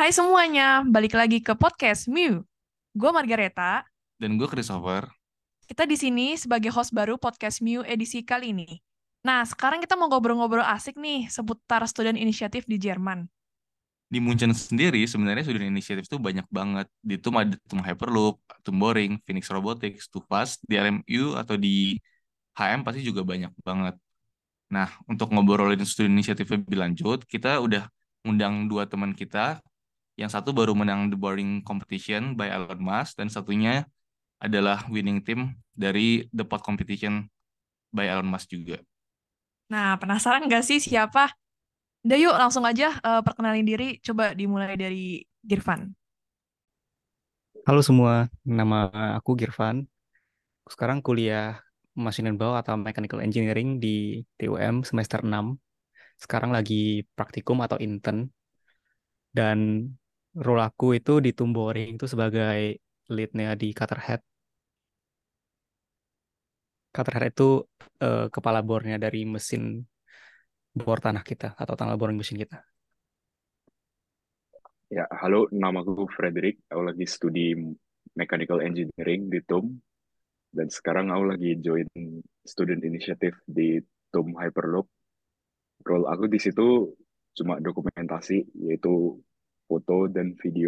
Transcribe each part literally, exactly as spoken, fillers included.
Hai semuanya, balik lagi ke podcast Mew. Gue Margareta. Dan gue Christopher. Kita di sini sebagai host baru podcast Mew edisi kali ini. Nah, sekarang kita mau ngobrol-ngobrol asik nih seputar student inisiatif di Jerman. Di Munchen sendiri sebenarnya student initiative tuh banyak banget. Di TUM ada TUM Hyperloop, TUM Boring, Phoenix Robotics, Tufas, di L M U atau di H M pasti juga banyak banget. Nah, untuk ngobrolin student initiative lebih lanjut, kita udah undang dua teman kita. Yang satu baru menang The Boring Competition by Elon Musk, dan satunya adalah winning team dari The Pod Competition by Elon Musk juga. Nah, penasaran gak sih siapa? Udah yuk langsung aja eh, perkenalin diri. Coba dimulai dari Girvan. Halo semua, nama aku Girvan. Sekarang kuliah Machine and Bau atau Mechanical Engineering di T U M semester enam. Sekarang lagi praktikum atau intern. Dan role aku itu di Tumboring itu sebagai leadnya di Cutterhead. Cutterhead itu eh, kepala bornya dari mesin bor tanah kita atau tanah boring mesin kita. Ya, halo, namaku Frederick. Aku lagi studi Mechanical Engineering di TUM, dan sekarang aku lagi join Student Initiative di TUM Hyperloop. Role aku di situ cuma dokumentasi, yaitu foto dan video.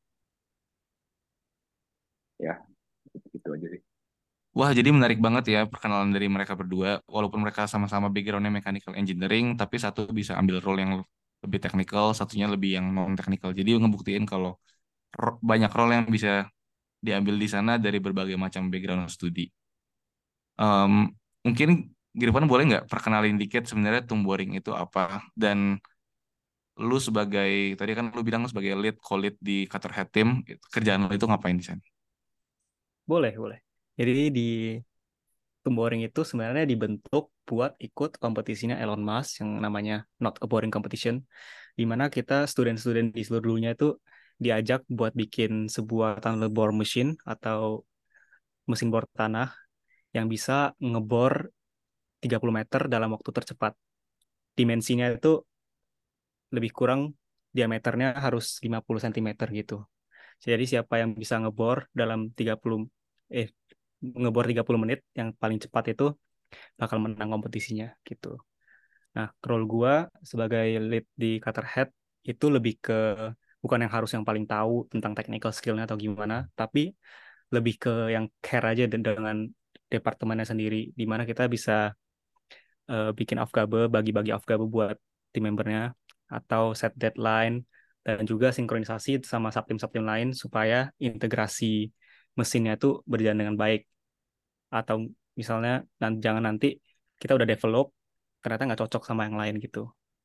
Ya, itu aja sih. Wah, jadi menarik banget ya perkenalan dari mereka berdua. Walaupun mereka sama-sama backgroundnya mechanical engineering, tapi satu bisa ambil role yang lebih teknikal, satunya lebih yang non-teknikal. Jadi ngebuktiin kalau ro- banyak role yang bisa diambil di sana dari berbagai macam background studi. Em, Mungkin Girvan boleh nggak perkenalin dikit sebenarnya tumbering itu apa? Dan lu sebagai, tadi kan lu bilang lu sebagai lead, co-lead di Cutterhead Team, kerjaan lu itu ngapain di sana? Boleh, boleh. Jadi di Tumboring itu sebenarnya dibentuk buat ikut kompetisinya Elon Musk yang namanya Not a Boring Competition, di mana kita student-student di seluruh dunia itu diajak buat bikin sebuah tunnel bore machine atau mesin bor tanah yang bisa ngebor tiga puluh meter dalam waktu tercepat. Dimensinya itu lebih kurang diameternya harus lima puluh sentimeter gitu. Jadi siapa yang bisa ngebor dalam tiga puluh eh ngebor tiga puluh menit yang paling cepat itu bakal menang kompetisinya gitu. Nah, role gua sebagai lead di Cutterhead itu lebih ke bukan yang harus yang paling tahu tentang technical skillnya atau gimana, tapi lebih ke yang care aja de- dengan departemennya sendiri, di mana kita bisa eh, bikin aufgabe, bagi-bagi aufgabe buat tim membernya, atau set deadline, dan juga sinkronisasi sama subtim-subtim lain supaya integrasi mesinnya itu berjalan dengan baik. Atau misalnya dan jangan nanti kita udah develop ternyata nggak cocok sama yang lain gitu.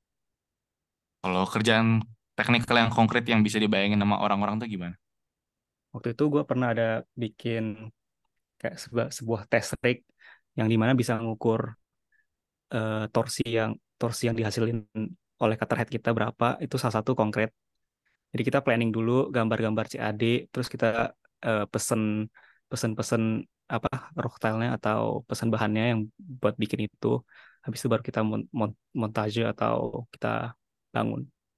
Kalau kerjaan teknikal yang konkret yang bisa dibayangin sama orang-orang tuh gimana? Waktu itu gue pernah ada bikin kayak sebuah, sebuah test rig yang dimana bisa mengukur eh, torsi yang torsi yang dihasilin oleh cutter kita berapa, itu salah satu konkret. Jadi kita planning dulu gambar-gambar C A D, terus kita eh, pesen pesen-pesen apa raw tile-nya atau pesen bahannya yang buat bikin itu. Habis itu baru kita mon- mon- montage atau kita bangun.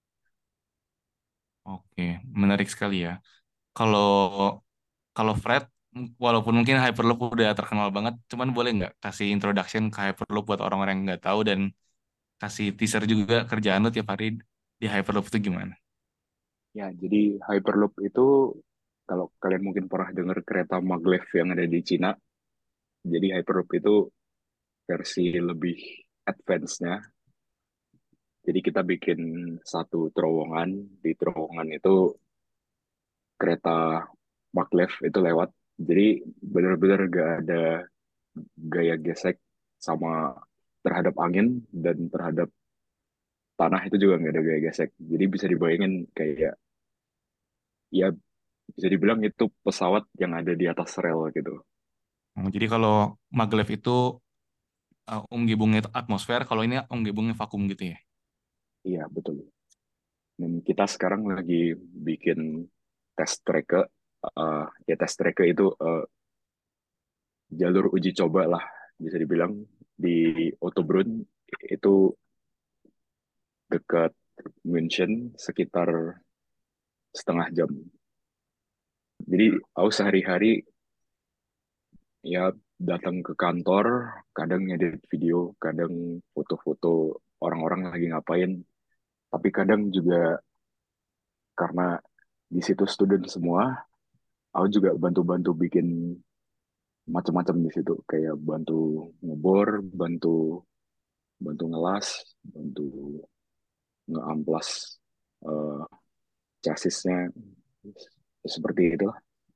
Oke, menarik sekali ya. Kalau kalau Fred, walaupun mungkin Hyperloop udah terkenal banget, cuman boleh nggak kasih introduction ke Hyperloop buat orang-orang yang nggak tahu, dan kasih teaser juga kerjaan lu tiap hari di Hyperloop itu gimana? Ya, jadi Hyperloop itu, kalau kalian mungkin pernah dengar kereta maglev yang ada di Cina, jadi Hyperloop itu versi lebih advance-nya. Jadi kita bikin satu terowongan, di terowongan itu kereta maglev itu lewat. Jadi benar-benar gak ada gaya gesek sama terhadap angin dan terhadap tanah itu juga nggak ada gaya gesek. Jadi bisa dibayangin kayak ya bisa dibilang itu pesawat yang ada di atas rel gitu. Oh, jadi kalau maglev itu uh, umgebungnya itu atmosfer, kalau ini umgebungnya vakum gitu ya. Iya betul. Dan kita sekarang lagi bikin test track eh, ya test track itu eh, jalur uji coba lah bisa dibilang di Ottobrunn itu dekat München sekitar setengah jam. Jadi aku sehari-hari ya datang ke kantor, kadang ngedit video, kadang foto-foto orang-orang lagi ngapain. Tapi kadang juga karena di situ student semua, aku juga bantu-bantu bikin macam-macam di situ, kayak bantu ngebor, bantu bantu ngelas, bantu ngeamplas eh chassisnya, seperti itu.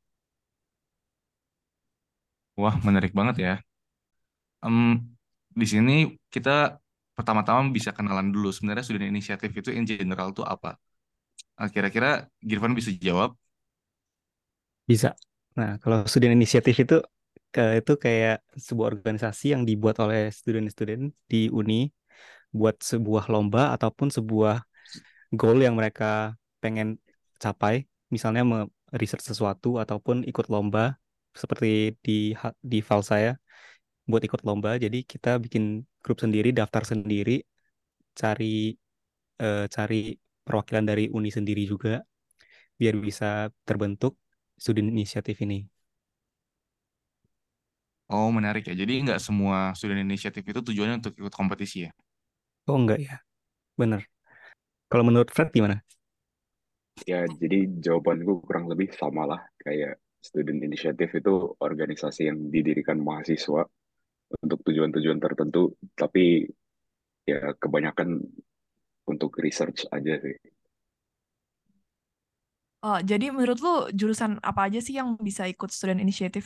Wah, menarik banget ya. Em, di sini kita pertama-tama bisa kenalan dulu. Sebenarnya student initiative itu in general tuh apa? Eh, Kira-kira Girvan bisa jawab? Bisa. Nah, kalau student initiative itu ke itu kayak sebuah organisasi yang dibuat oleh student-student di uni buat sebuah lomba ataupun sebuah goal yang mereka pengen capai, misalnya research sesuatu ataupun ikut lomba seperti di ha- di file saya buat ikut lomba. Jadi kita bikin grup sendiri, daftar sendiri, cari eh, cari perwakilan dari uni sendiri juga biar bisa terbentuk student inisiatif ini. Oh, menarik ya. Jadi nggak semua student initiative itu tujuannya untuk ikut kompetisi ya? Oh enggak ya, bener. Kalau menurut Fred gimana? Ya, jadi jawabanku kurang lebih sama lah, kayak student initiative itu organisasi yang didirikan mahasiswa untuk tujuan-tujuan tertentu, tapi ya kebanyakan untuk research aja sih. Oh, jadi menurut lu jurusan apa aja sih yang bisa ikut student initiative?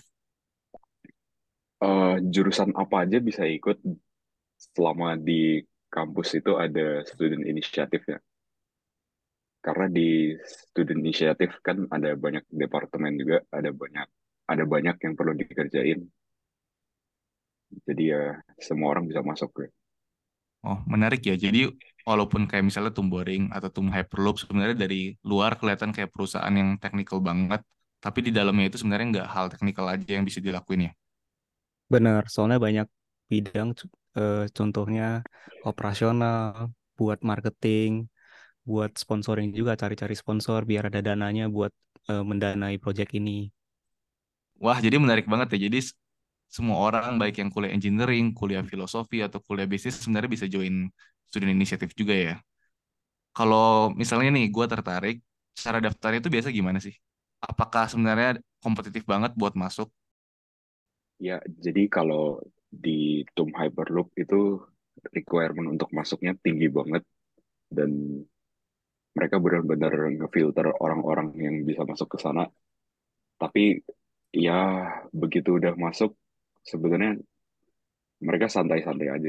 Eh, jurusan apa aja bisa ikut selama di kampus itu ada student initiative-nya. Karena di student initiative kan ada banyak departemen juga, ada banyak ada banyak yang perlu dikerjain. Jadi ya semua orang bisa masuk ya. Oh, menarik ya. Jadi walaupun kayak misalnya Tumbling atau Tum Hyperloop sebenarnya dari luar kelihatan kayak perusahaan yang teknikal banget, tapi di dalamnya itu sebenarnya nggak hal teknikal aja yang bisa dilakuin ya. Bener, soalnya banyak bidang, c- eh, contohnya operasional, buat marketing, buat sponsoring juga, cari-cari sponsor biar ada dananya buat eh, mendanai project ini. Wah, jadi menarik banget ya. Jadi s- semua orang baik yang kuliah engineering, kuliah filosofi atau kuliah bisnis sebenarnya bisa join student initiative juga ya. Kalau misalnya nih gue tertarik, cara daftarnya itu biasa gimana sih? Apakah sebenarnya kompetitif banget buat masuk? Ya, jadi kalau di Tum Hyperloop itu requirement untuk masuknya tinggi banget, dan mereka benar-benar ngefilter orang-orang yang bisa masuk ke sana. Tapi ya begitu udah masuk, sebenarnya mereka santai-santai aja.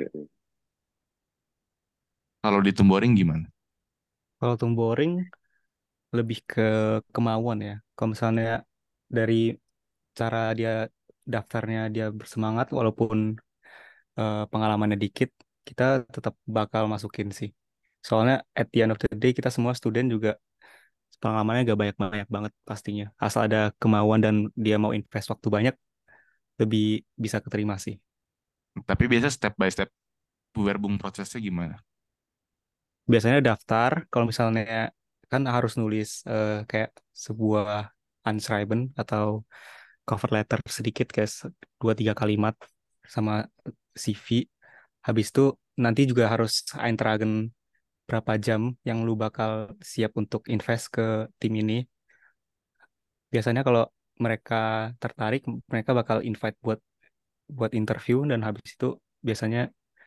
Kalau di Tumbling gimana? Kalau tumbling lebih ke kemauan ya. Kalau misalnya dari cara dia daftarnya dia bersemangat walaupun eh, pengalamannya dikit, kita tetap bakal masukin sih. Soalnya at the end of the day kita semua student juga pengalamannya gak banyak-banyak banget pastinya. Asal ada kemauan dan dia mau invest waktu banyak, lebih bisa keterima sih. Tapi biasa step by step verbum prosesnya gimana? Biasanya daftar, kalau misalnya kan harus nulis eh, kayak sebuah Anschreiben atau cover letter sedikit kayak se- dua tiga kalimat sama C V. Habis itu nanti juga harus eintragen berapa jam yang lu bakal siap untuk invest ke tim ini. Biasanya kalau mereka tertarik, mereka bakal invite buat buat interview dan habis itu biasanya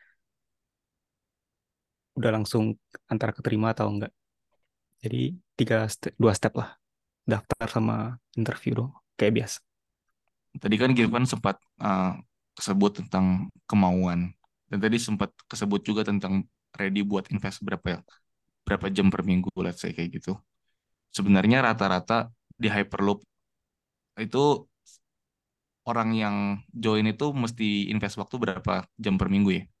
udah langsung antara keterima atau enggak. Jadi tiga ste- dua step lah, daftar sama interview dong, kayak biasa. Tadi kan Girvan sempat uh, kesebut tentang kemauan dan tadi sempat kesebut juga tentang ready buat invest berapa berapa jam per minggu, let's say kayak gitu. Sebenarnya rata-rata di Hyperloop itu orang yang join itu mesti invest waktu berapa jam per minggu ya?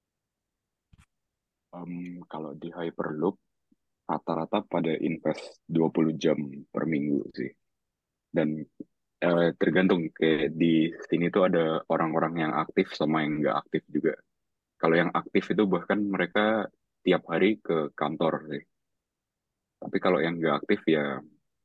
Em, kalau di Hyperloop rata-rata pada invest dua puluh jam per minggu sih. Dan eh, tergantung, kayak di sini tuh ada orang-orang yang aktif sama yang nggak aktif juga. Kalau yang aktif itu bahkan mereka tiap hari ke kantor sih. Tapi kalau yang nggak aktif ya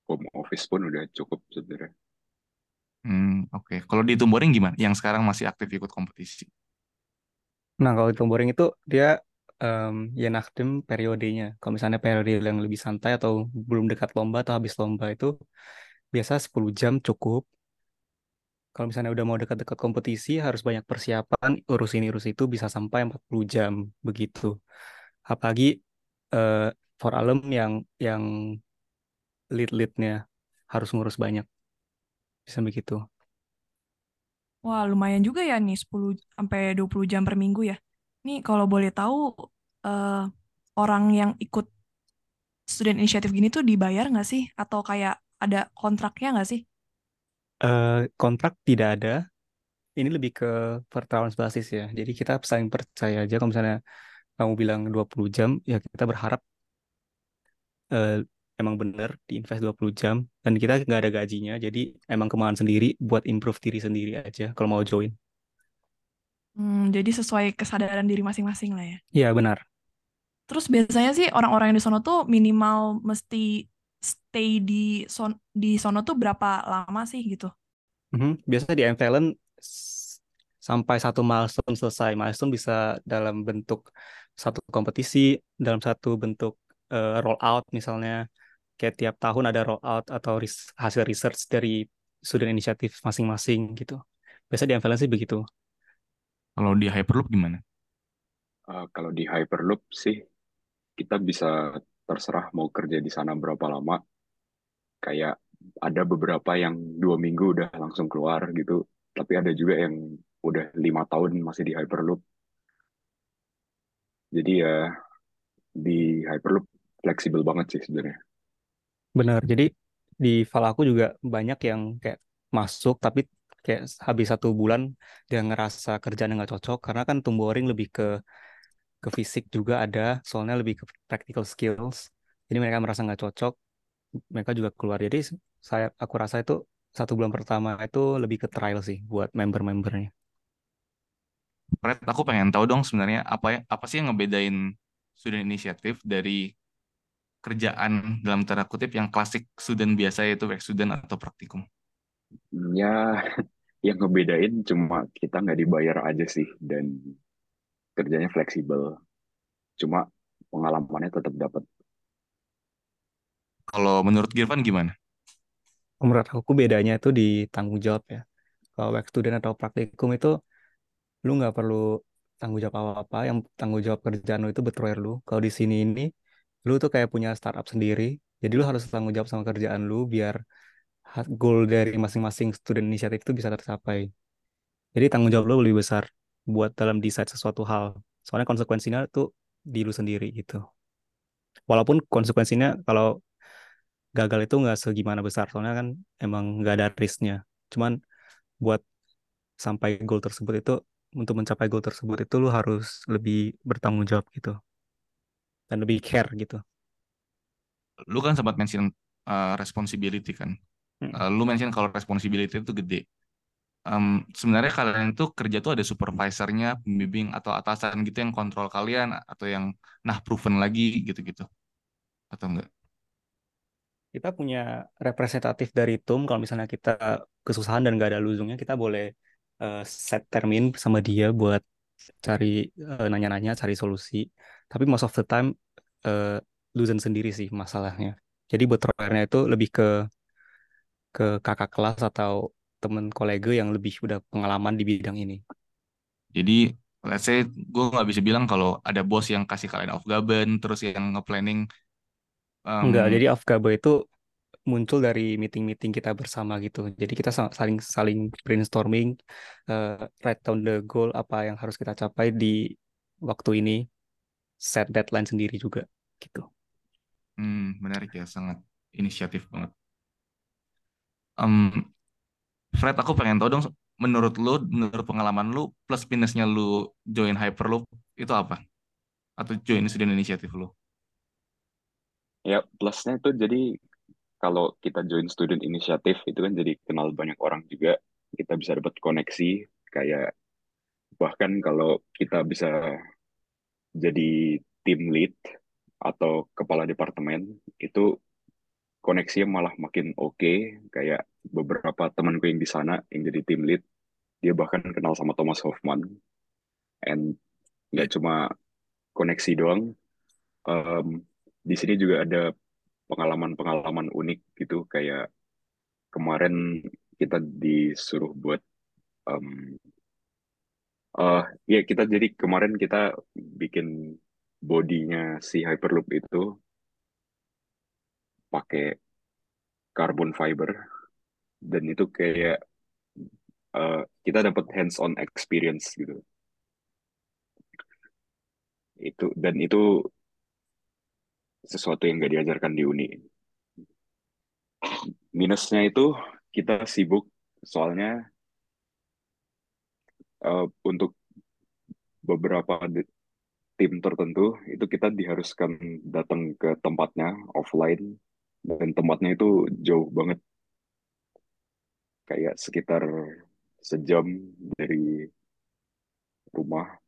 home office pun udah cukup sebenarnya. Hmm, oke. Kalau di Tumboring gimana? Yang sekarang masih aktif ikut kompetisi. Nah, kalau di Tomboring itu dia em, ya nasdem periodenya. Kalau misalnya periode yang lebih santai atau belum dekat lomba atau habis lomba itu biasa sepuluh jam cukup. Kalau misalnya udah mau dekat-dekat kompetisi harus banyak persiapan, urus ini urus itu bisa sampai empat puluh jam begitu. Apalagi eh, for alum yang yang lead-leadnya harus ngurus banyak, bisa begitu. Wah, lumayan juga ya nih sepuluh sampai dua puluh jam per minggu ya. Nih kalau boleh tahu eh, orang yang ikut student inisiatif gini tuh dibayar nggak sih? Atau kayak ada kontraknya nggak sih? Eh, kontrak tidak ada, ini lebih ke pertransfer basis ya. Jadi kita saling percaya aja kalau misalnya kamu bilang dua puluh jam, ya kita berharap eh, emang bener diinvest dua puluh jam dan kita nggak ada gajinya. Jadi emang kemauan sendiri buat improve diri sendiri aja kalau mau join. Hmm, jadi sesuai kesadaran diri masing-masing lah ya. Iya benar. Terus biasanya sih orang-orang yang di sono tuh minimal mesti stay di son di sono tuh berapa lama sih gitu? Mhm. Biasanya di M-Talent s- sampai satu milestone selesai. Milestone bisa dalam bentuk satu kompetisi, dalam satu bentuk eh, roll out misalnya. Kayak tiap tahun ada roll out atau ris- hasil research dari student inisiatif masing-masing gitu. Biasanya di M-Talent sih begitu. Kalau di Hyperloop gimana? Eh, kalau di Hyperloop sih kita bisa terserah mau kerja di sana berapa lama. Kayak ada beberapa yang dua minggu udah langsung keluar gitu. Tapi ada juga yang udah lima tahun masih di Hyperloop. Jadi ya di Hyperloop fleksibel banget sih sebenarnya. Benar. Jadi di file aku juga banyak yang kayak masuk tapi kayak habis satu bulan dia ngerasa kerjaan nggak cocok karena kan tumboring lebih ke ke fisik juga ada, soalnya lebih ke practical skills. Jadi mereka merasa nggak cocok, mereka juga keluar. Jadi saya aku rasa itu satu bulan pertama itu lebih ke trial sih buat member-membernya. Fred, aku pengen tahu dong sebenarnya apa ya apa sih yang ngebedain student inisiatif dari kerjaan dalam tanda kutip yang klasik student biasa yaitu work student atau praktikum. Ya, yang ngebedain cuma kita nggak dibayar aja sih dan kerjanya fleksibel. Cuma pengalamannya tetap dapat. Kalau menurut Girvan gimana? Menurut aku bedanya itu di tanggung jawab ya. Kalau work student atau praktikum itu lu nggak perlu tanggung jawab apa-apa, yang tanggung jawab kerjaan lu itu betrayal lu. Kalau di sini ini lu tuh kayak punya startup sendiri, jadi lu harus tanggung jawab sama kerjaan lu biar ha- goal dari masing-masing student inisiatif itu bisa tercapai. Jadi tanggung jawab lu lebih besar buat dalam decide sesuatu hal. Soalnya konsekuensinya tuh di lu sendiri gitu. Walaupun konsekuensinya kalau gagal itu nggak segimana besar, soalnya kan emang nggak ada risknya. Cuman buat sampai goal tersebut itu, untuk mencapai goal tersebut itu lu harus lebih bertanggung jawab gitu dan lebih care gitu. Lu kan sempat mention uh, responsibility kan. Hmm. Uh, lu mention kalau responsibility itu gede. Um, sebenarnya kalian itu kerja tuh ada supervisornya, pembimbing atau atasan gitu yang kontrol kalian atau yang nah proven lagi gitu-gitu atau enggak? Kita punya representatif dari T U M. Kalau misalnya kita kesusahan dan nggak ada luzungnya, kita boleh eh, set termin sama dia buat cari eh, nanya-nanya, cari solusi. Tapi most of the time eh, Luzen sendiri sih masalahnya. Jadi buat betrayalnya itu lebih ke ke kakak kelas atau temen kolega yang lebih udah pengalaman di bidang ini. Jadi let's say gue nggak bisa bilang kalau ada bos yang kasih kalian off gaben terus yang nge-planning Enggak, um, jadi Afgaba itu muncul dari meeting-meeting kita bersama gitu. Jadi kita sa- saling saling brainstorming, eh, write down the goal apa yang harus kita capai di waktu ini, set deadline sendiri juga gitu. hmm, menarik ya sangat inisiatif banget. Um, Fred, aku pengen tahu dong, menurut lu, menurut pengalaman lu, plus minusnya lu join Hyperloop itu apa? Atau join student inisiatif lu? Ya, plusnya itu jadi kalau kita join student inisiatif itu kan jadi kenal banyak orang juga. Kita bisa dapat koneksi. Kayak bahkan kalau kita bisa jadi team lead atau kepala departemen, itu koneksinya malah makin oke. Kayak beberapa temanku yang di sana yang jadi tim lead, dia bahkan kenal sama Thomas Hoffman. And nggak cuma koneksi doang, em, di sini juga ada pengalaman-pengalaman unik gitu. Kayak kemarin kita disuruh buat, em, eh ya kita jadi kemarin kita bikin bodinya si Hyperloop itu pakai carbon fiber, dan itu kayak eh, kita dapat hands on experience gitu. Itu dan itu sesuatu yang nggak diajarkan di uni. Minusnya itu kita sibuk, soalnya eh, untuk beberapa di- tim tertentu itu kita diharuskan datang ke tempatnya offline, dan tempatnya itu jauh banget, kayak sekitar sejam dari rumah.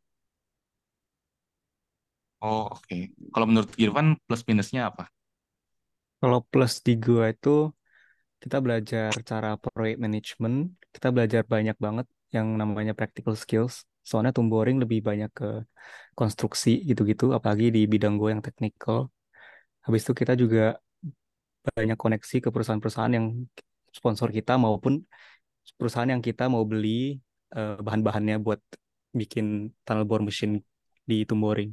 Oh, oke. Kalau menurut Irfan plus minusnya apa? Kalau plus di gua itu kita belajar cara project management, kita belajar banyak banget yang namanya practical skills. Soalnya tumbling lebih banyak ke konstruksi gitu-gitu, apalagi di bidang gue yang technical. Habis itu kita juga banyak koneksi ke perusahaan-perusahaan yang sponsor kita maupun perusahaan yang kita mau beli eh, bahan-bahannya buat bikin tunnel bore machine di Tumboring.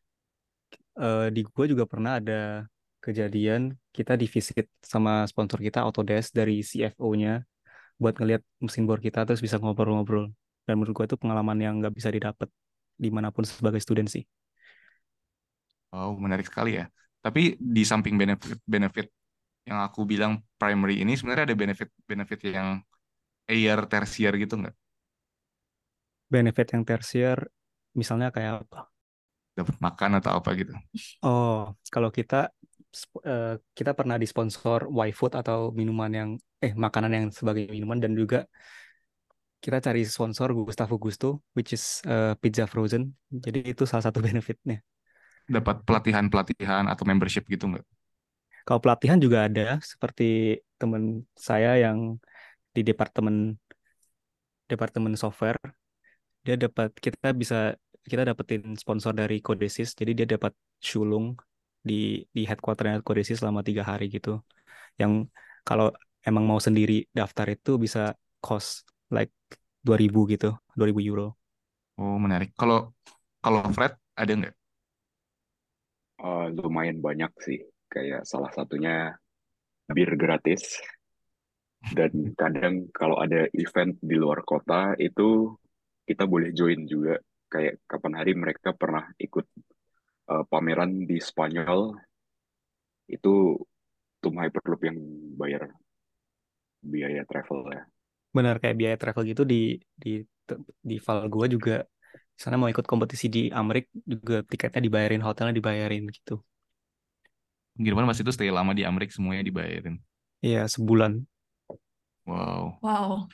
Eh, di gue juga pernah ada kejadian kita di visit sama sponsor kita Autodesk dari C F O-nya buat ngelihat mesin bor kita terus bisa ngobrol-ngobrol. Dan menurut gue itu pengalaman yang nggak bisa didapat dimanapun sebagai student sih. Oh, menarik sekali ya. Tapi di samping benefit-benefit yang aku bilang primary ini sebenarnya ada benefit-benefit yang air tertiary gitu nggak? Benefit yang tersier misalnya kayak apa? Dapat makan atau apa gitu. Oh, kalau kita sp- eh, kita pernah disponsor Y-Food atau minuman yang eh makanan yang sebagai minuman, dan juga kita cari sponsor Gustavo Gusto which is eh, pizza frozen. Jadi itu salah satu benefitnya. Dapat pelatihan-pelatihan atau membership gitu nggak? Kalau pelatihan juga ada, seperti teman saya yang di departemen departemen software, dia dapat kita bisa kita dapetin sponsor dari Codesis, jadi dia dapat shulung di di headquarternya Codesis selama tiga hari gitu. Yang kalau emang mau sendiri daftar itu bisa cost like dua ribu gitu, dua ribu euro. Oh, menarik. Kalau kalau Fred ada nggak? Eh, lumayan banyak sih, kayak salah satunya bir gratis. Dan kadang kalau ada event di luar kota itu kita boleh join juga. Kayak kapan hari mereka pernah ikut eh, pameran di Spanyol, itu Tum Hyperloop yang bayar biaya travel ya. Benar, kayak biaya travel gitu di di di file gue juga. Sana mau ikut kompetisi di Amrik juga tiketnya dibayarin, hotelnya dibayarin gitu. Gimana Mas itu stay lama di Amerika semuanya dibayarin. Iya, sebulan. Wow. Wow,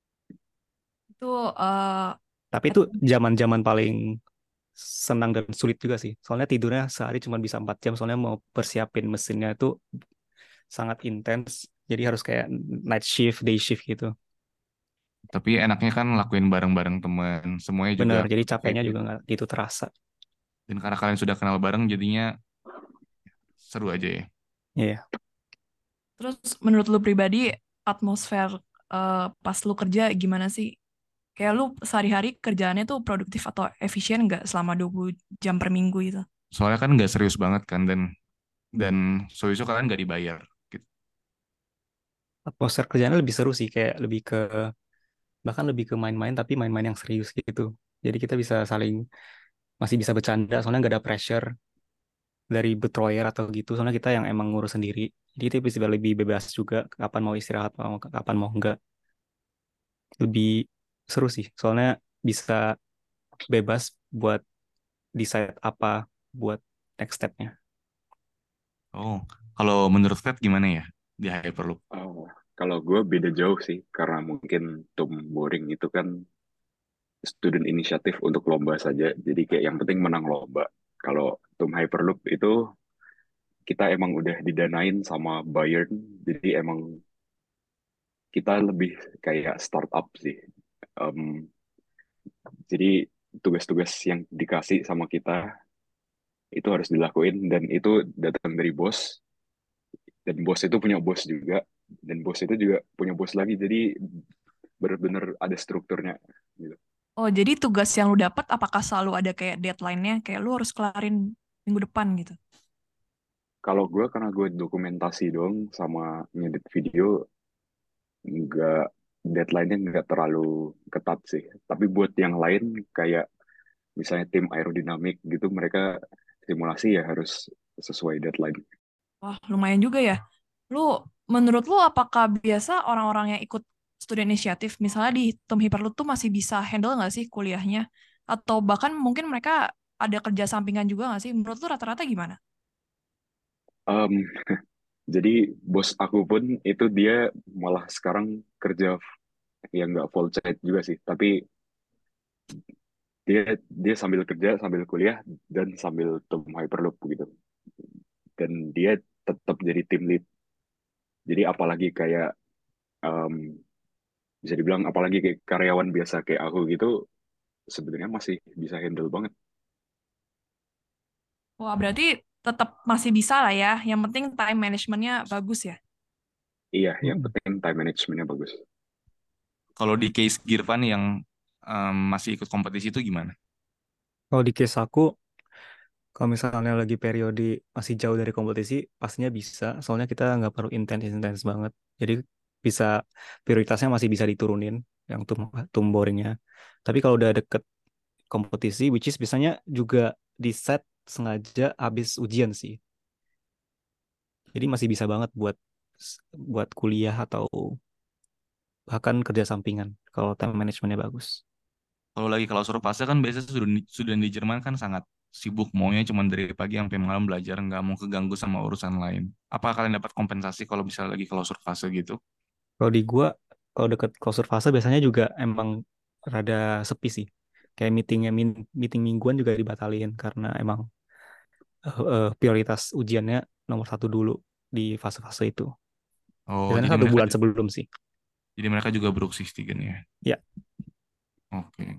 itu eh Tapi itu zaman-zaman paling senang dan sulit juga sih. Soalnya tidurnya sehari cuma bisa empat jam. Soalnya mau persiapin mesinnya itu sangat intens. Jadi harus kayak night shift, day shift gitu. Tapi enaknya kan lakuin bareng-bareng temen, semuanya juga Bener, jadi capeknya motivated. juga nggak gitu terasa. Dan karena kalian sudah kenal bareng, jadinya seru aja ya. Iya. terus menurut lu pribadi atmosfer eh, pas lu kerja gimana sih? Kayak lu sehari-hari kerjaannya tuh produktif atau efisien nggak selama dua puluh jam per minggu itu? Soalnya kan nggak serius banget kan, dan dan so-so kalian nggak dibayar. Gitu. Atmosfer kerjanya lebih seru sih, kayak lebih ke bahkan lebih ke main-main tapi main-main yang serius gitu. Jadi kita bisa saling masih bisa bercanda soalnya nggak ada pressure dari betroyer atau gitu. Soalnya kita yang emang ngurus sendiri. Jadi kita bisa lebih bebas juga kapan mau istirahat, mau kapan mau enggak. Lebih seru sih. Soalnya bisa bebas buat decide apa buat next step-nya. Oh, kalau menurut Fred gimana ya di Hyperloop? Oh, kalau gue beda jauh sih, karena mungkin Tum Boring itu kan student inisiatif untuk lomba saja. Jadi kayak yang penting menang lomba. Kalau Tum Hyperloop itu kita emang udah didanain sama Bayern, jadi emang kita lebih kayak startup sih. Em, jadi tugas-tugas yang dikasih sama kita itu harus dilakuin dan itu datang dari bos dan bos itu punya bos juga dan bos itu juga punya bos lagi jadi benar-benar ada strukturnya gitu. Oh, jadi tugas yang lu dapat apakah selalu ada kayak deadline-nya, kayak lu harus kelarin minggu depan gitu? Kalau gue karena gue dokumentasi dong sama ngedit video nggak deadline-nya nggak terlalu ketat sih. Tapi buat yang lain kayak misalnya tim aerodinamik gitu mereka simulasi ya harus sesuai deadline. Wah, lumayan juga ya. Lu, menurut lu apakah biasa orang-orang yang ikut student inisiatif, misalnya di Tom Hyperloop tuh masih bisa handle nggak sih kuliahnya? Atau bahkan mungkin mereka ada kerja sampingan juga nggak sih? Menurut lu rata-rata gimana? Em, jadi bos aku pun itu dia malah sekarang kerja yang nggak full time juga sih, tapi dia dia sambil kerja sambil kuliah dan sambil Tom Hyperloop gitu. Dan dia tetap jadi tim lead. Jadi apalagi kayak em, bisa dibilang apalagi kayak karyawan biasa kayak aku gitu sebenarnya masih bisa handle banget. Wah, berarti tetap masih bisa lah ya. Yang penting time managementnya bagus ya. Iya, yang Mm-mm. penting time managementnya bagus. Kalau di case Girvan yang em, masih ikut kompetisi itu gimana? Kalau di case aku, kalau misalnya lagi periode masih jauh dari kompetisi, pastinya bisa. Soalnya kita nggak perlu intens-intens banget. Jadi bisa prioritasnya masih bisa diturunin yang tum tum boringnya. Tapi kalau udah deket kompetisi, which is biasanya juga di set sengaja habis ujian sih. Jadi masih bisa banget buat buat kuliah atau bahkan kerja sampingan kalau time managementnya bagus. Kalau lagi kalau suruh fase kan biasanya sudah sudah di Jerman kan sangat sibuk maunya cuma dari pagi sampai malam belajar nggak mau keganggu sama urusan lain. Apa kalian dapat kompensasi kalau bisa lagi kalau suruh fase gitu? Kalau di gua, kalau deket closure fase biasanya juga emang rada sepi sih. Kayak meetingnya min- meeting mingguan juga dibatalin karena emang eh, eh, prioritas ujiannya nomor satu dulu di fase-fase itu. Oh, Biasanya jadi satu mereka bulan sebelum sih. jadi mereka juga beruksistigen ya. Ya, Oke.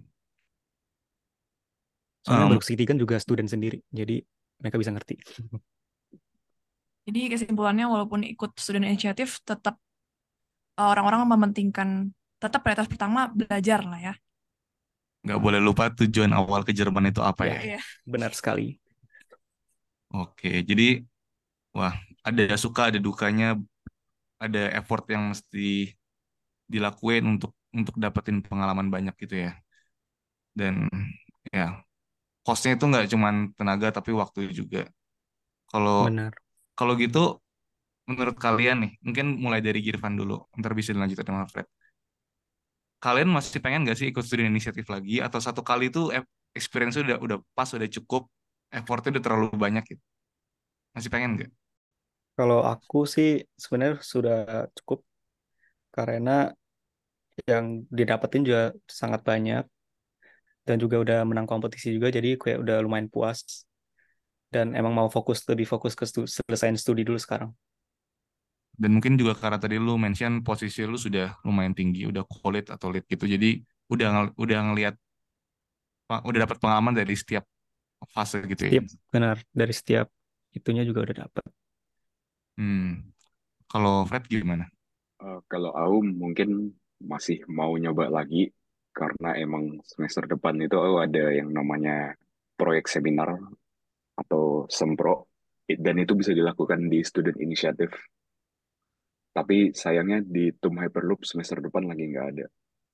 soalnya Em, baru kan juga student sendiri, jadi mereka bisa ngerti. Jadi kesimpulannya walaupun ikut student inisiatif, tetap eh, orang-orang mementingkan, tetap prioritas pertama belajar lah ya. nggak boleh lupa tujuan awal ke Jerman itu apa Ya, ya? Iya. benar sekali. Oke, jadi wah ada suka ada dukanya, ada effort yang mesti dilakuin untuk untuk dapetin pengalaman banyak gitu ya. Dan ya costnya itu nggak cuman tenaga tapi waktu juga. Kalau Benar. kalau gitu menurut kalian nih, mungkin mulai dari Girvan dulu, ntar bisa dilanjutin sama Fred. Kalian masih pengen nggak sih ikut student inisiatif lagi atau satu kali itu eh, experience udah udah pas udah cukup, effortnya udah terlalu banyak gitu. Masih pengen nggak? Kalau aku sih sebenarnya sudah cukup karena yang didapetin juga sangat banyak dan juga udah menang kompetisi juga jadi kayak udah lumayan puas dan emang mau fokus lebih fokus ke stu selesaiin studi dulu sekarang. Dan mungkin juga karena tadi lu mention posisi lu sudah lumayan tinggi, udah college atau lead gitu. Jadi udah ngel- udah ngelihat udah dapat pengalaman dari setiap fase gitu ya. Setiap benar dari setiap itunya juga udah dapet. Hmm. Kalau Fred gimana? Eh, kalau aku mungkin masih mau nyoba lagi karena emang semester depan itu aku ada yang namanya proyek seminar atau sempro dan itu bisa dilakukan di student initiative. Tapi sayangnya di Tum Hyperloop semester depan lagi nggak ada.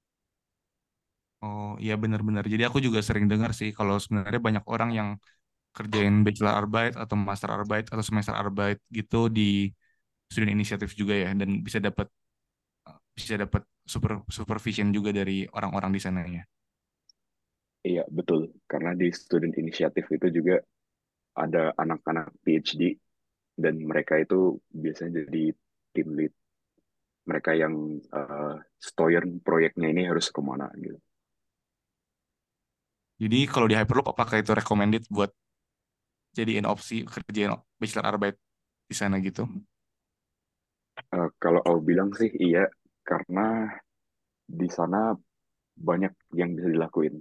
Oh iya benar-benar. Jadi aku juga sering dengar sih kalau sebenarnya banyak orang yang kerjain bachelor arbeit atau master arbeit atau semester arbeit gitu di student inisiatif juga ya dan bisa dapat bisa dapat super supervision juga dari orang-orang di sananya. Iya, betul. Karena di student initiative itu juga ada anak-anak PhD dan mereka itu biasanya jadi team lead. Mereka yang uh, steer proyeknya ini harus kemana gitu. Jadi kalau di Hyperloop apakah itu recommended buat jadiin opsi kerjain bachelor arbeit? di sana gitu? Eh, kalau aku bilang sih iya, karena di sana banyak yang bisa dilakuin.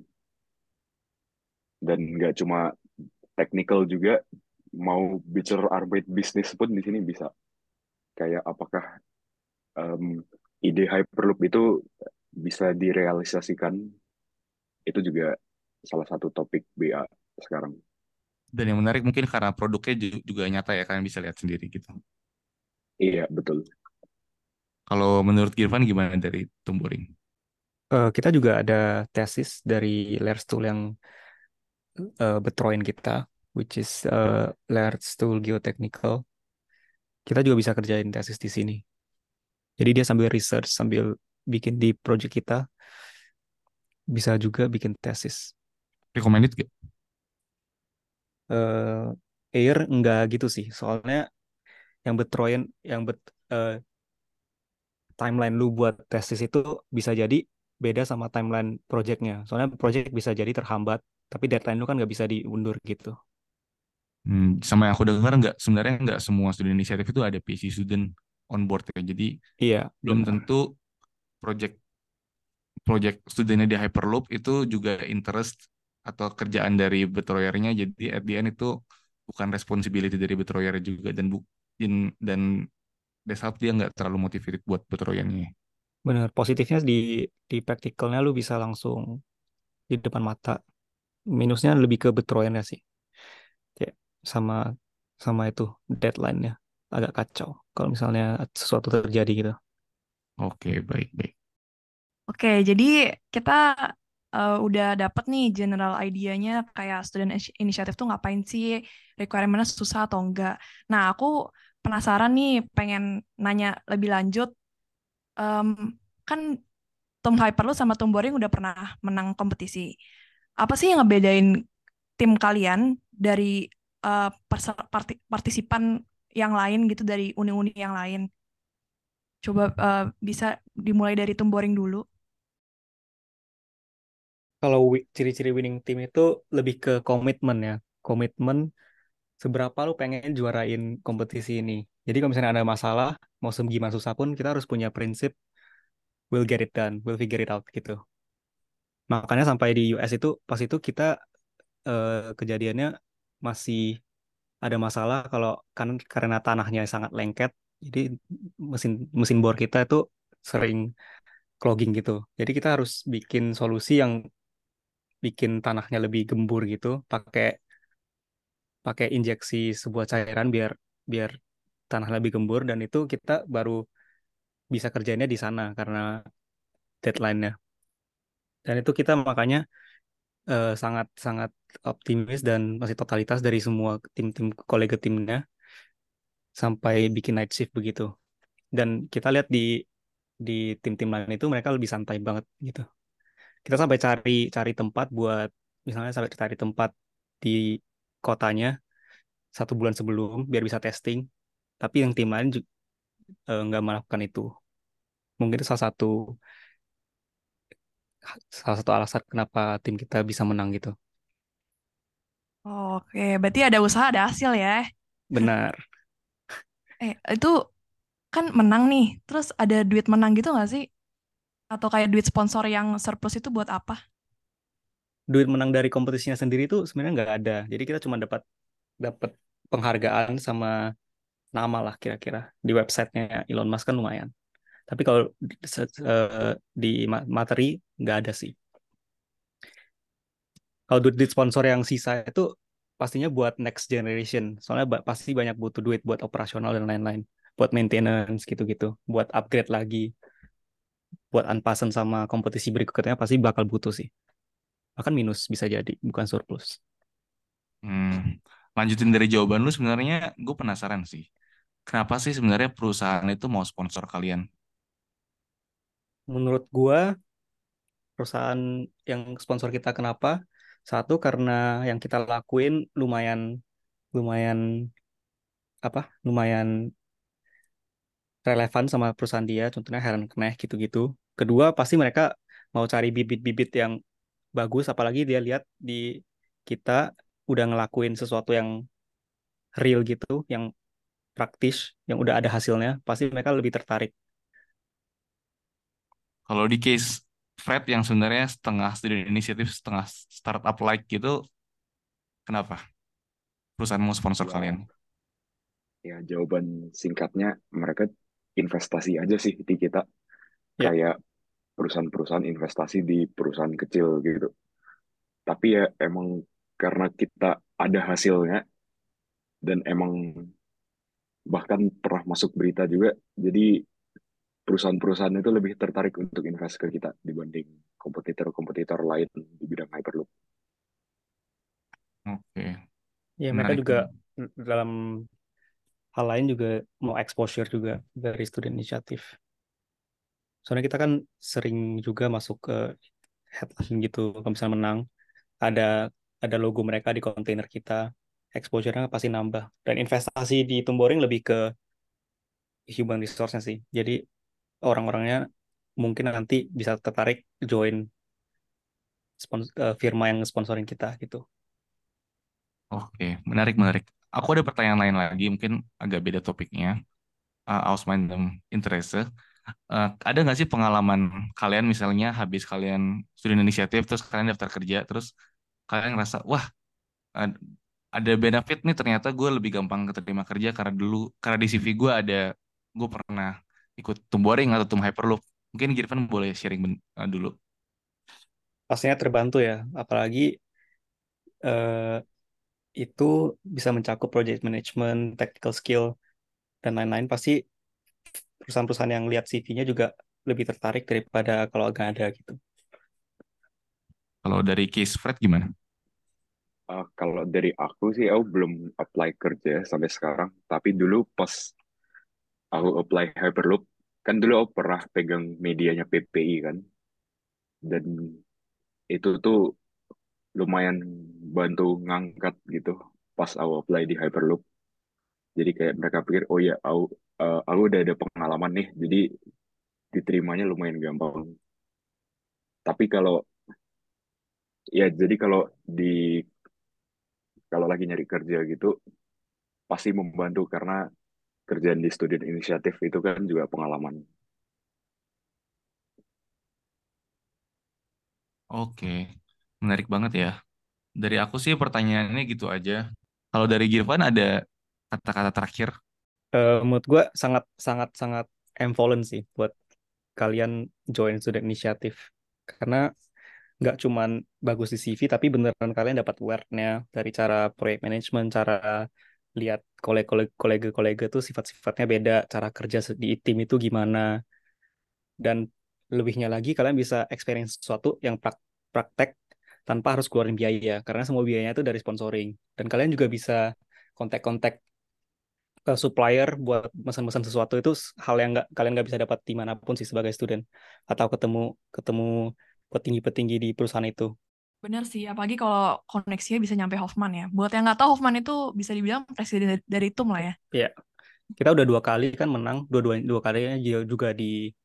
Dan nggak cuma technical juga, mau bicara arbeit bisnis pun di sini bisa. Kayak apakah em, ide Hyperloop itu bisa direalisasikan, itu juga salah satu topik B A sekarang. Dan yang menarik mungkin karena produknya ju- juga nyata ya, kalian bisa lihat sendiri gitu. Iya, betul. Kalau menurut Girvan gimana dari Tumburing? Eh, kita juga ada tesis dari Lehrstuhl yang eh, betroin kita, which is eh, Lehrstuhl Geotechnical. Kita juga bisa kerjain tesis di sini. Jadi dia sambil research, sambil bikin di project kita, bisa juga bikin tesis. Recommended gak? Eh Air enggak gitu sih, soalnya yang betroin, yang bet, eh, timeline lu buat tesis itu bisa jadi beda sama timeline projectnya. Soalnya project bisa jadi terhambat, tapi deadline lu kan nggak bisa diundur gitu. Hmm, sama yang aku dengar nggak, sebenarnya nggak semua student inisiatif itu ada P H D student on board ya. Jadi Iya, belum benar. tentu project project studentnya di Hyperloop itu juga interest atau kerjaan dari betroyernya. Jadi at the end itu bukan responsibility dari betroyer juga, dan bu dan dan that's how dia nggak terlalu motivated buat betroyernya. Benar. Positifnya di di practicalnya lu bisa langsung di depan mata. Minusnya lebih ke betroyannya sih. Kayak sama sama itu deadline-nya agak kacau kalau misalnya sesuatu terjadi gitu. Oke, baik baik. Oke, jadi kita eh, udah dapet nih general idea-nya kayak student initi- initiative tuh ngapain sih, requirement-nya susah atau enggak. Nah, aku penasaran nih, pengen nanya lebih lanjut. Em, kan Tom Hyperloop sama Tom Boring udah pernah menang kompetisi. Apa sih yang ngebedain tim kalian dari eh, perse- parti- partisipan yang lain gitu, dari uni-uni yang lain? Coba eh, bisa dimulai dari Tom Boring dulu. Kalau wi- ciri-ciri winning team itu lebih ke komitmen ya. Komitmen seberapa lu pengen juarain kompetisi ini. Jadi kalau misalnya ada masalah, mau segimana susah pun kita harus punya prinsip we'll get it done, we'll figure it out gitu. Makanya sampai di U S itu pas itu kita eh, kejadiannya masih ada masalah kalau kan karena tanahnya sangat lengket, jadi mesin mesin bor kita itu sering clogging gitu. Jadi kita harus bikin solusi yang bikin tanahnya lebih gembur gitu, pakai pakai injeksi sebuah cairan biar biar tanah lebih gembur dan itu kita baru bisa kerjanya di sana karena deadline-nya. Dan itu kita makanya eh, sangat sangat optimis dan masih totalitas dari semua tim-tim kolega timnya sampai bikin night shift begitu. Dan kita lihat di di tim-tim lain itu mereka lebih santai banget gitu. Kita sampai cari cari tempat buat misalnya sampai cari tempat di kotanya satu bulan sebelum biar bisa testing. Tapi yang tim lain juga nggak melakukan itu. Mungkin itu salah satu salah satu alasan kenapa tim kita bisa menang gitu. Oke, berarti ada usaha, ada hasil ya. Benar. Eh, itu kan menang nih, terus ada duit menang gitu nggak sih? Atau kayak duit sponsor yang surplus itu buat apa? Duit menang dari kompetisinya sendiri itu sebenarnya nggak ada. Jadi kita cuma dapat dapat penghargaan sama nama lah kira-kira di websitenya Elon Musk kan lumayan. Tapi kalau di, se- eh, di ma- materi nggak ada sih. Kalau duit, duit sponsor yang sisa itu pastinya buat next generation. Soalnya ba- pasti banyak butuh duit buat operasional dan lain-lain. Buat maintenance gitu-gitu. Buat upgrade lagi. Buat unpassen sama kompetisi berikutnya pasti bakal butuh sih. Bahkan minus bisa jadi, bukan surplus. Hmm, lanjutin dari jawaban lu, sebenarnya gue penasaran sih. Kenapa sih sebenarnya perusahaan itu mau sponsor kalian? Menurut gua, perusahaan yang sponsor kita kenapa? Satu, karena yang kita lakuin lumayan lumayan apa? Lumayan relevan sama perusahaan dia, contohnya Heron Knech gitu-gitu. Kedua, pasti mereka mau cari bibit-bibit yang bagus, apalagi dia lihat di kita udah ngelakuin sesuatu yang real gitu, yang praktis yang udah ada hasilnya, pasti mereka lebih tertarik. Kalau di case Fred yang sebenarnya setengah student inisiatif, setengah startup like gitu, kenapa? Perusahaan mau sponsor kalian? Ya, ya jawaban singkatnya mereka investasi aja sih di kita. Ya, Kayak perusahaan-perusahaan investasi di perusahaan kecil gitu. Tapi ya emang karena kita ada hasilnya dan emang bahkan pernah masuk berita juga, jadi perusahaan-perusahaan itu lebih tertarik untuk invest ke kita dibanding kompetitor-kompetitor lain di bidang Hyperloop. Oke, ya mereka menarik. juga dalam hal lain juga mau exposure juga dari student inisiatif. Soalnya kita kan sering juga masuk ke headline gitu, kalau misalnya menang, ada ada logo mereka di kontainer kita, exposure-nya pasti nambah. Dan investasi di Tumboring lebih ke human resource-nya sih. Jadi orang-orangnya mungkin nanti bisa tertarik join spons- eh, firma yang sponsorin kita gitu. Oke, menarik, menarik. Aku ada pertanyaan lain lagi, mungkin agak beda topiknya. Uh, aus meinem Interesse. Uh, ada nggak sih pengalaman kalian misalnya habis kalian student inisiatif, terus kalian daftar kerja, terus kalian ngerasa, wah, ad- ada benefit nih ternyata gue lebih gampang keterima kerja karena dulu, karena di C V gue ada, gue pernah ikut Tumboring atau Tum Hyperloop. Mungkin Girvan boleh sharing ben- uh, dulu. Pastinya terbantu ya, apalagi eh, itu bisa mencakup project management, technical skill, dan lain-lain. Pasti perusahaan-perusahaan yang lihat C V-nya juga lebih tertarik daripada kalau nggak ada gitu. Kalau dari case Fred gimana? Uh, kalau dari aku sih, aku belum apply kerja sampai sekarang. Tapi dulu pas aku apply Hyperloop, kan dulu aku pernah pegang medianya P P I kan. Dan itu tuh lumayan bantu ngangkat gitu pas aku apply di Hyperloop. Jadi kayak mereka pikir, oh ya, aku, uh, aku udah ada pengalaman nih, jadi diterimanya lumayan gampang. Tapi kalau ya jadi kalau di kalau lagi nyari kerja gitu pasti membantu karena kerjaan di student inisiatif itu kan juga pengalaman. Oke, menarik banget ya. Dari aku sih pertanyaannya gitu aja. Kalau dari Girvan ada kata-kata terakhir. Eh, menurut gue sangat sangat sangat ambivalent sih buat kalian join student inisiatif, karena nggak cuman bagus di C V tapi beneran kalian dapat aware-nya dari cara project management, cara lihat kolega-kolega tuh sifat-sifatnya beda, cara kerja di tim itu gimana, dan lebihnya lagi kalian bisa experience sesuatu yang prak- praktek tanpa harus keluarin biaya karena semua biayanya itu dari sponsoring, dan kalian juga bisa kontak-kontak ke supplier buat pesan-pesan sesuatu. Itu hal yang nggak kalian nggak bisa dapat dimanapun sih sebagai student, atau ketemu ketemu petinggi-petinggi di perusahaan itu. Bener sih, apalagi kalau koneksinya bisa nyampe Hoffman ya. Buat yang nggak tahu, Hoffman itu bisa dibilang presiden dari, dari T U M lah ya. Ya, kita udah dua kali kan menang, dua-dua dua kalinya juga juga di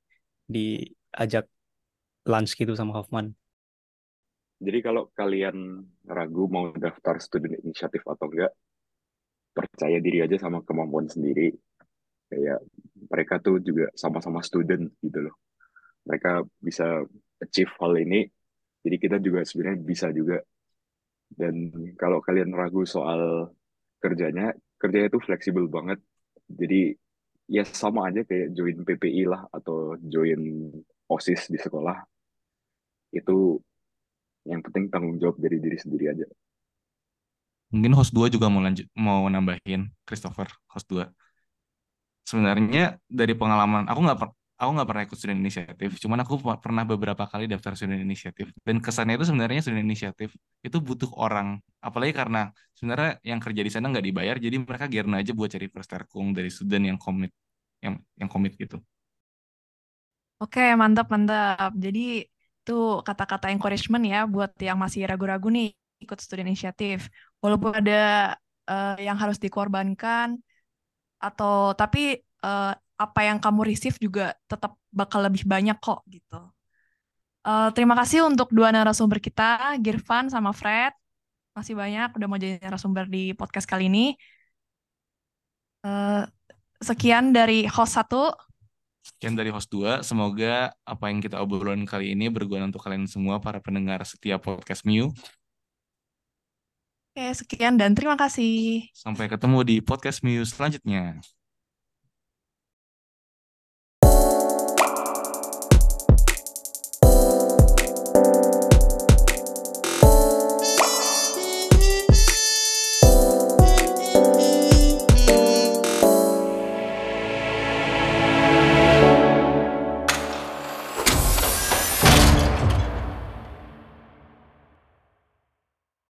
diajak lunch gitu sama Hoffman. Jadi kalau kalian ragu mau daftar student inisiatif atau enggak, percaya diri aja sama kemampuan sendiri. Kayak mereka tuh juga sama-sama student gitu loh. Mereka bisa achieve hal ini, jadi kita juga sebenarnya bisa juga. Dan kalau kalian ragu soal kerjanya, kerjanya itu fleksibel banget. Jadi ya sama aja kayak join P P I lah atau join OSIS di sekolah. Itu yang penting tanggung jawab dari diri sendiri aja. Mungkin host dua juga mau lanjut, mau nambahin Christopher, host dua. Sebenarnya dari pengalaman, aku nggak per, aku nggak pernah ikut student inisiatif, cuman aku pe- pernah beberapa kali daftar student inisiatif. Dan kesannya itu sebenarnya student inisiatif itu butuh orang. Apalagi karena sebenarnya yang kerja di sana nggak dibayar, jadi mereka gerna aja buat cari persterkung dari student yang komit, yang yang komit gitu. Oke, mantap, mantap. Jadi itu kata-kata encouragement ya buat yang masih ragu-ragu nih ikut student inisiatif. Walaupun ada eh, yang harus dikorbankan, atau tapi eh, apa yang kamu receive juga tetap bakal lebih banyak kok gitu. Eh, terima kasih untuk dua narasumber kita, Girvan sama Fred. Masih banyak udah mau jadi narasumber di podcast kali ini. Eh, sekian dari host satu. Sekian dari host dua. Semoga apa yang kita obrolin kali ini berguna untuk kalian semua, para pendengar setiap podcast Miu. Oke, sekian dan terima kasih. Sampai ketemu di podcast Miu selanjutnya.